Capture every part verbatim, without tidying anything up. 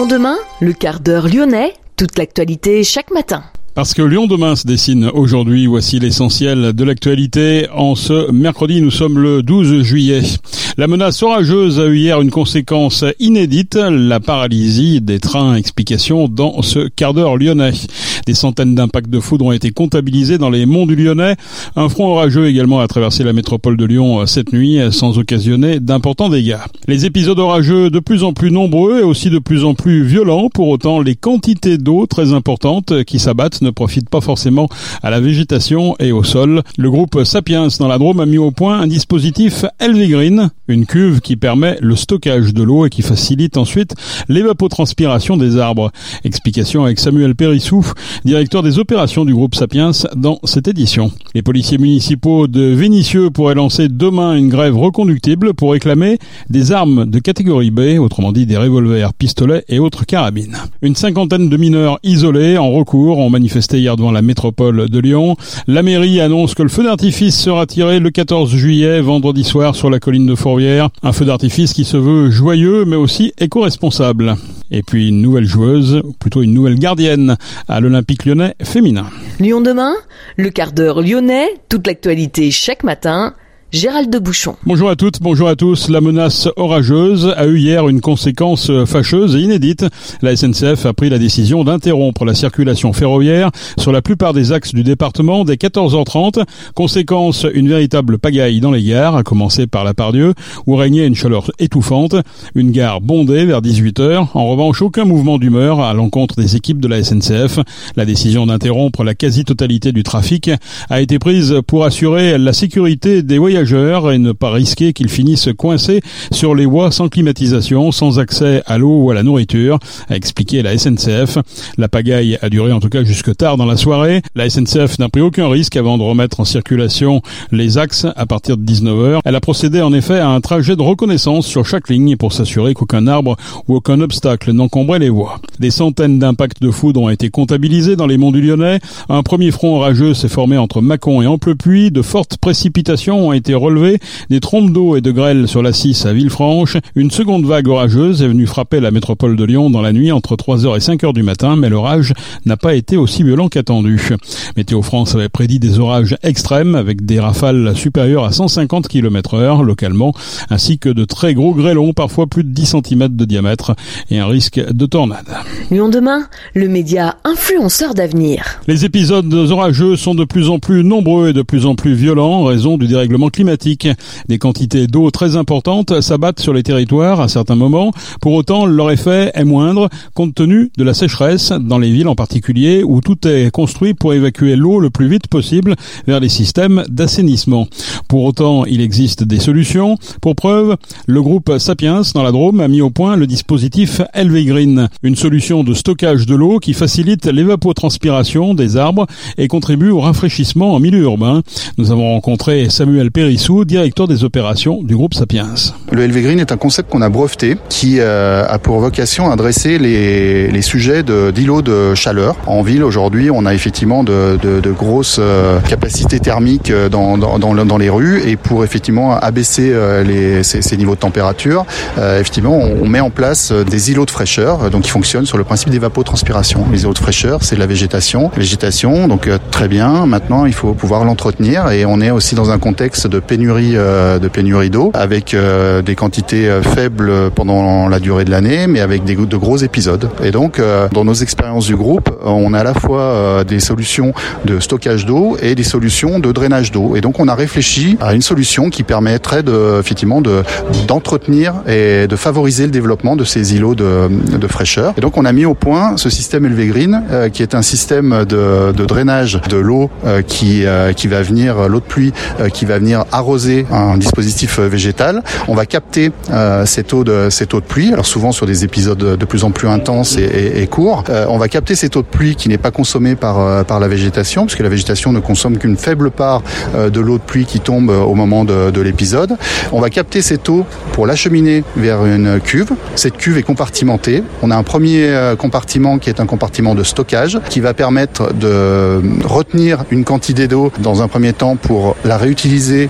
Lyon demain, le quart d'heure lyonnais, toute l'actualité chaque matin. Parce que Lyon demain se dessine aujourd'hui, voici l'essentiel de l'actualité. En ce mercredi, nous sommes le douze juillet. La menace orageuse a eu hier une conséquence inédite, la paralysie des trains. Explication dans ce quart d'heure lyonnais. Des centaines d'impacts de foudre ont été comptabilisés dans les monts du Lyonnais. Un front orageux également a traversé la métropole de Lyon cette nuit sans occasionner d'importants dégâts. Les épisodes orageux de plus en plus nombreux et aussi de plus en plus violents. Pour autant, les quantités d'eau très importantes qui s'abattent ne profitent pas forcément à la végétation et au sol. Le groupe Sapiens dans la Drôme a mis au point un dispositif L V Green, une cuve qui permet le stockage de l'eau et qui facilite ensuite l'évapotranspiration des arbres. Explication avec Samuel Périssou, directeur des opérations du groupe Sapiens dans cette édition. Les policiers municipaux de Vénissieux pourraient lancer demain une grève reconductible pour réclamer des armes de catégorie B, autrement dit des revolvers, pistolets et autres carabines. Une cinquantaine de mineurs isolés en recours ont manifesté hier devant la métropole de Lyon. La mairie annonce que le feu d'artifice sera tiré le quatorze juillet, vendredi soir, sur la colline de Fourvière. Un feu d'artifice qui se veut joyeux, mais aussi éco-responsable. Et puis une nouvelle joueuse, ou plutôt une nouvelle gardienne, à l'Olympique lyonnais féminin. Lyon demain, le quart d'heure lyonnais, toute l'actualité chaque matin. Gérald de Bouchon. Bonjour à toutes, bonjour à tous. La menace orageuse a eu hier une conséquence fâcheuse et inédite. La S N C F a pris la décision d'interrompre la circulation ferroviaire sur la plupart des axes du département dès quatorze heures trente. Conséquence, une véritable pagaille dans les gares, à commencer par la Pardieu, où régnait une chaleur étouffante. Une gare bondée vers dix-huit heures. En revanche, aucun mouvement d'humeur à l'encontre des équipes de la S N C F. La décision d'interrompre la quasi-totalité du trafic a été prise pour assurer la sécurité des voyageurs et ne pas risquer qu'ils finissent coincés sur les voies sans climatisation, sans accès à l'eau ou à la nourriture, a expliqué la S N C F. La pagaille a duré en tout cas jusque tard dans la soirée. La S N C F n'a pris aucun risque avant de remettre en circulation les axes à partir de dix-neuf heures. Elle a procédé en effet à un trajet de reconnaissance sur chaque ligne pour s'assurer qu'aucun arbre ou aucun obstacle n'encombrait les voies. Des centaines d'impacts de foudre ont été comptabilisés dans les monts du Lyonnais. Un premier front orageux s'est formé entre Mâcon et Amplepuis. De fortes précipitations ont été relevées, des trompes d'eau et de grêle sur la Cisse à Villefranche. Une seconde vague orageuse est venue frapper la métropole de Lyon dans la nuit entre trois heures et cinq heures du matin, mais l'orage n'a pas été aussi violent qu'attendu. Météo France avait prédit des orages extrêmes avec des rafales supérieures à cent cinquante kilomètres heure localement, ainsi que de très gros grêlons, parfois plus de dix centimètres de diamètre, et un risque de tornade. Lyon demain, le média influenceur d'avenir. Les épisodes orageux sont de plus en plus nombreux et de plus en plus violents en raison du dérèglement climatique. Des quantités d'eau très importantes s'abattent sur les territoires à certains moments. Pour autant, leur effet est moindre compte tenu de la sécheresse dans les villes en particulier où tout est construit pour évacuer l'eau le plus vite possible vers les systèmes d'assainissement. Pour autant, il existe des solutions. Pour preuve, le groupe Sapiens dans la Drôme a mis au point le dispositif L V Green, une solution de stockage de l'eau qui facilite l'évapotranspiration des arbres et contribue au rafraîchissement en milieu urbain. Nous avons rencontré Samuel Périssou, directeur des opérations du groupe Sapiens. Le L V Green est un concept qu'on a breveté qui euh, a pour vocation à adresser les, les sujets de, d'îlots de chaleur. En ville, aujourd'hui, on a effectivement de, de, de grosses euh, capacités thermiques dans, dans, dans, dans les rues et pour effectivement abaisser euh, les, ces, ces niveaux de température, euh, effectivement, on, on met en place des îlots de fraîcheur, donc qui fonctionnent sur le principe d'évapotranspiration. Les îlots de fraîcheur, c'est la végétation. Végétation, donc euh, très bien. Maintenant, il faut pouvoir l'entretenir et on est aussi dans un contexte de pénurie euh, de pénurie d'eau avec euh, des quantités euh, faibles pendant la durée de l'année, mais avec des de gros épisodes. Et donc, euh, dans nos expériences du groupe, on a à la fois euh, des solutions de stockage d'eau et des solutions de drainage d'eau. Et donc, on a réfléchi à une solution qui permettrait de, effectivement de d'entretenir et de favoriser le développement de ces îlots de, de fraîcheur. Et donc, on a mis au point ce système L V Green, euh, qui est un système de, de drainage de l'eau euh, qui euh, qui va venir l'eau de pluie euh, qui va venir arroser un dispositif végétal. On va capter euh, cette eau de cette eau de pluie. Alors souvent sur des épisodes de plus en plus intenses et, et, et courts, euh, on va capter cette eau de pluie qui n'est pas consommée par euh, par la végétation, puisque la végétation ne consomme qu'une faible part euh, de l'eau de pluie qui tombe au moment de, de l'épisode. On va capter cette eau pour l'acheminer vers une cuve. Cette cuve est compartimentée. On a un premier euh, compartiment qui est un compartiment de stockage qui va permettre de retenir une quantité d'eau dans un premier temps pour la réutiliser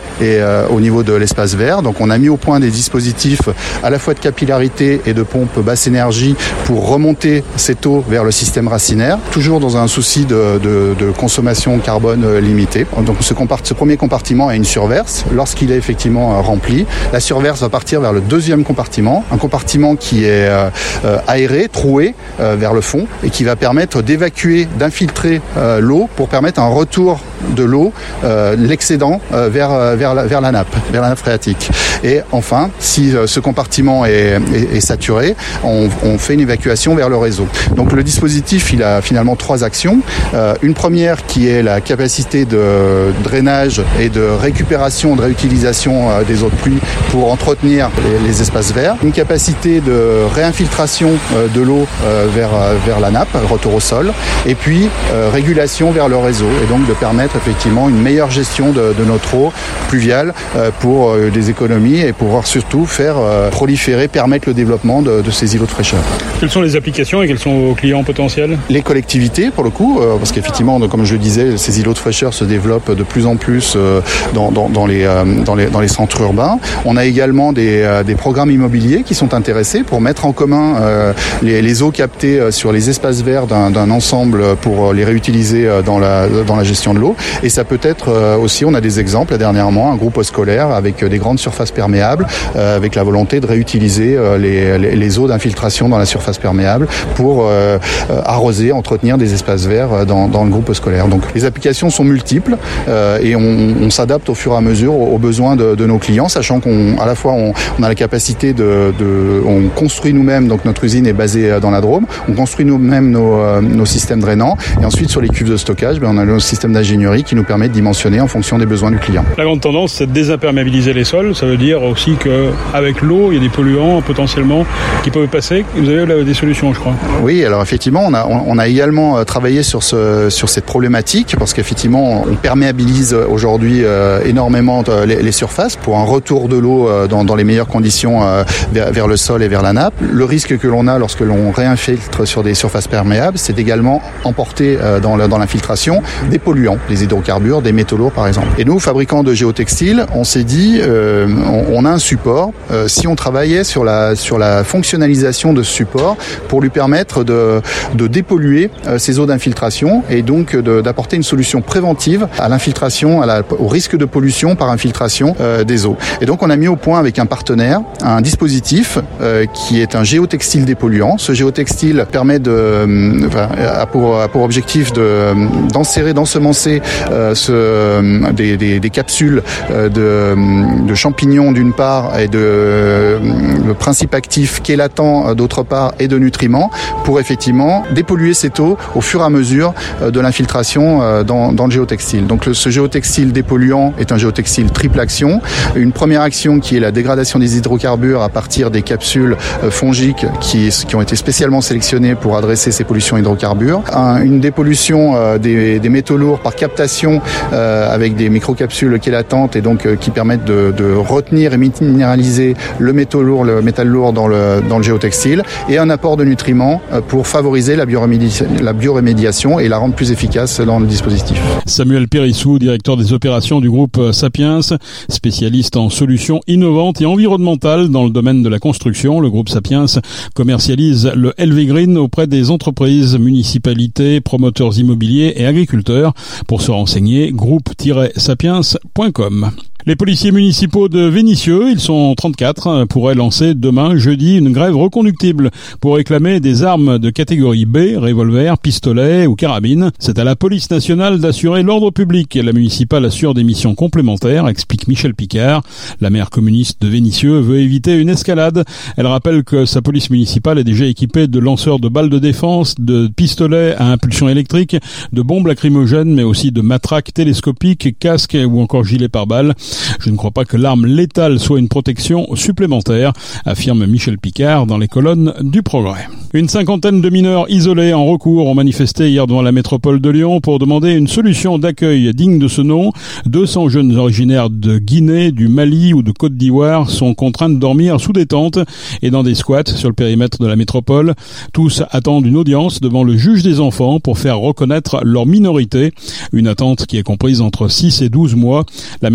et euh, au niveau de l'espace vert. Donc on a mis au point des dispositifs à la fois de capillarité et de pompe basse énergie pour remonter cette eau vers le système racinaire, toujours dans un souci de, de, de consommation carbone limitée. Donc ce, compart- ce premier compartiment a une surverse. Lorsqu'il est effectivement rempli, la surverse va partir vers le deuxième compartiment, un compartiment qui est euh, aéré, troué euh, vers le fond et qui va permettre d'évacuer, d'infiltrer euh, l'eau pour permettre un retour de l'eau, euh, l'excédent euh, vers, euh, vers, la, vers la nappe, vers la nappe phréatique. Et enfin, si euh, ce compartiment est, est, est saturé, on, on fait une évacuation vers le réseau. Donc le dispositif, il a finalement trois actions. Euh, une première qui est la capacité de drainage et de récupération, de réutilisation euh, des eaux de pluie pour entretenir les, les espaces verts. Une capacité de réinfiltration euh, de l'eau euh, vers, vers la nappe, retour au sol. Et puis euh, régulation vers le réseau. Et donc de permettre effectivement une meilleure gestion de, de notre eau pluviale euh, pour euh, des économies et pouvoir surtout faire euh, proliférer, permettre le développement de, de ces îlots de fraîcheur. Quelles sont les applications et quels sont vos clients potentiels ? Les collectivités pour le coup, euh, parce qu'effectivement, comme je le disais, ces îlots de fraîcheur se développent de plus en plus euh, dans, dans, dans, les, euh, dans, les, dans les centres urbains. On a également des, euh, des programmes immobiliers qui sont intéressés pour mettre en commun euh, les, les eaux captées euh, sur les espaces verts d'un, d'un ensemble pour les réutiliser euh, dans, la, dans la gestion de l'eau. Et ça peut être euh, aussi, on a des exemples dernièrement, un groupe scolaire avec euh, des grandes surfaces perméables, euh, avec la volonté de réutiliser euh, les, les, les eaux d'infiltration dans la surface perméable pour euh, euh, arroser, entretenir des espaces verts dans, dans le groupe scolaire. Donc les applications sont multiples euh, et on, on s'adapte au fur et à mesure aux, aux besoins de, de nos clients, sachant qu'on, à la fois, on, on a la capacité de, de, on construit nous-mêmes, donc notre usine est basée dans la Drôme, on construit nous-mêmes nos, euh, nos systèmes drainants et ensuite sur les cuves de stockage, ben, on a nos systèmes d'ingénierie qui nous permet de dimensionner en fonction des besoins du client. La grande tendance, c'est de désimperméabiliser les sols. Ça veut dire aussi qu'avec l'eau, il y a des polluants potentiellement qui peuvent passer. Vous avez là des solutions, je crois. Oui, alors effectivement, on a, on a également travaillé sur, ce, sur cette problématique parce qu'effectivement, on perméabilise aujourd'hui euh, énormément les, les surfaces pour un retour de l'eau euh, dans, dans les meilleures conditions euh, vers, vers le sol et vers la nappe. Le risque que l'on a lorsque l'on réinfiltre sur des surfaces perméables, c'est également emporter euh, dans, la, dans l'infiltration des polluants, des hydrocarbures, des métaux lourds par exemple. Et nous, fabricants de géotextiles, on s'est dit, euh, on, on a un support. Euh, si on travaillait sur la sur la fonctionnalisation de ce support pour lui permettre de de dépolluer euh, ces eaux d'infiltration et donc de, d'apporter une solution préventive à l'infiltration, à la, au risque de pollution par infiltration euh, des eaux. Et donc on a mis au point avec un partenaire un dispositif euh, qui est un géotextile dépolluant. Ce géotextile permet de, euh, enfin, a pour a pour objectif de d'enserrer, d'ensemencer euh, ce, des, des, des capsules euh, de, de champignons d'une part et de euh, le principe actif chélatant d'autre part et de nutriments pour effectivement dépolluer cette eau au fur et à mesure euh, de l'infiltration euh, dans, dans le géotextile. Donc le, ce géotextile dépolluant est un géotextile triple action. Une première action qui est la dégradation des hydrocarbures à partir des capsules euh, fongiques qui, qui ont été spécialement sélectionnées pour adresser ces pollutions hydrocarbures. Un, une dépollution euh, des, des métaux lourds par captation euh, avec des microcapsules chélatantes et donc euh, qui permettent de, de retenir et minéraliser le métaux lourd, le métal lourd dans le, dans le géotextile et un apport de nutriments euh, pour favoriser la, biorémédi- la biorémédiation et la rendre plus efficace dans le dispositif. Samuel Périssou, directeur des opérations du groupe Sapiens, spécialiste en solutions innovantes et environnementales dans le domaine de la construction. Le groupe Sapiens commercialise le L V Green auprès des entreprises, municipalités, promoteurs immobiliers et agriculteurs. Pour se renseigner, groupe tiret sapiens point com. Les policiers municipaux de Vénissieux, ils sont trente-quatre, pourraient lancer demain, jeudi, une grève reconductible pour réclamer des armes de catégorie B, revolver, pistolet ou carabine. C'est à la police nationale d'assurer l'ordre public. La municipale assure des missions complémentaires, explique Michel Picard. La maire communiste de Vénissieux veut éviter une escalade. Elle rappelle que sa police municipale est déjà équipée de lanceurs de balles de défense, de pistolets à impulsion électrique, de bombes lacrymogènes, mais aussi de matraques télescopiques, casques ou encore gilets pare-balles. Je ne crois pas que l'arme létale soit une protection supplémentaire, affirme Michel Picard dans les colonnes du Progrès. Une cinquantaine de mineurs isolés en recours ont manifesté hier devant la métropole de Lyon pour demander une solution d'accueil digne de ce nom. deux cents jeunes originaires de Guinée, du Mali ou de Côte d'Ivoire sont contraints de dormir sous des tentes et dans des squats sur le périmètre de la métropole. Tous attendent une audience devant le juge des enfants pour faire reconnaître leur minorité. Une attente qui est comprise entre six et douze mois. La métropole de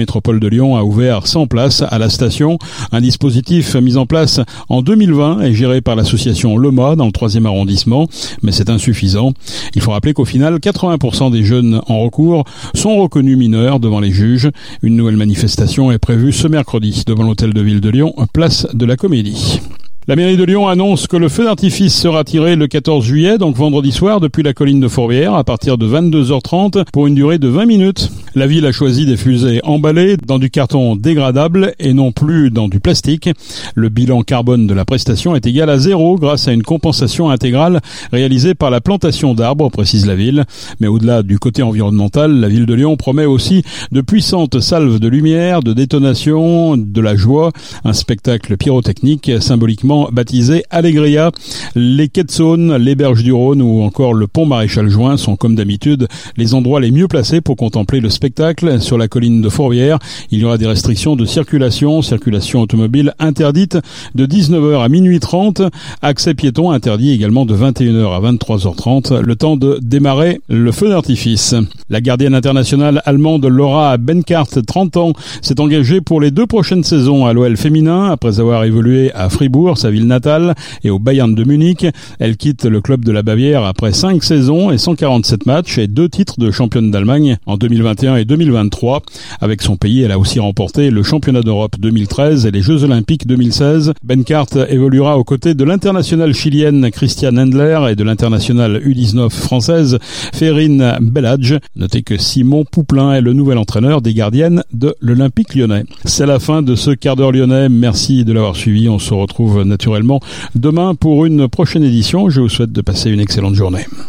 Lyon a ouvert cent places à la station. Un dispositif mis en place en deux mille vingt et géré par l'association Le Mât dans le troisième arrondissement, mais c'est insuffisant. Il faut rappeler qu'au final, quatre-vingts pour cent des jeunes en recours sont reconnus mineurs devant les juges. Une nouvelle manifestation est prévue ce mercredi devant l'hôtel de ville de Lyon, place de la Comédie. La mairie de Lyon annonce que le feu d'artifice sera tiré le quatorze juillet, donc vendredi soir, depuis la colline de Fourvière, à partir de vingt-deux heures trente, pour une durée de vingt minutes. La ville a choisi des fusées emballées dans du carton dégradable et non plus dans du plastique. Le bilan carbone de la prestation est égal à zéro grâce à une compensation intégrale réalisée par la plantation d'arbres, précise la ville. Mais au-delà du côté environnemental, la ville de Lyon promet aussi de puissantes salves de lumière, de détonation, de la joie, un spectacle pyrotechnique symboliquement baptisé Allegria. Les quais de Saône, les berges du Rhône ou encore le pont Maréchal-Juin sont comme d'habitude les endroits les mieux placés pour contempler le spectacle. Sur la colline de Fourvière, il y aura des restrictions de circulation, circulation automobile interdite de dix-neuf heures à minuit trente, accès piéton interdit également de vingt et une heures à vingt-trois heures trente, le temps de démarrer le feu d'artifice. La gardienne internationale allemande Laura Benkart, trente ans, s'est engagée pour les deux prochaines saisons à l'O L féminin après avoir évolué à Fribourg, sa ville natale, et au Bayern de Munich. Elle quitte le club de la Bavière après cinq saisons et cent quarante-sept matchs et deux titres de championne d'Allemagne en deux mille vingt et un et deux mille vingt-trois. Avec son pays, elle a aussi remporté le championnat d'Europe deux mille treize et les Jeux Olympiques deux mille seize. Benkart évoluera aux côtés de l'internationale chilienne Christiane Endler et de l'internationale U dix-neuf française Ferrine Belhadj. Notez que Simon Pouplin est le nouvel entraîneur des gardiennes de l'Olympique lyonnais. C'est la fin de ce quart d'heure lyonnais. Merci de l'avoir suivi. On se retrouve naturellement demain pour une prochaine édition. Je vous souhaite de passer une excellente journée.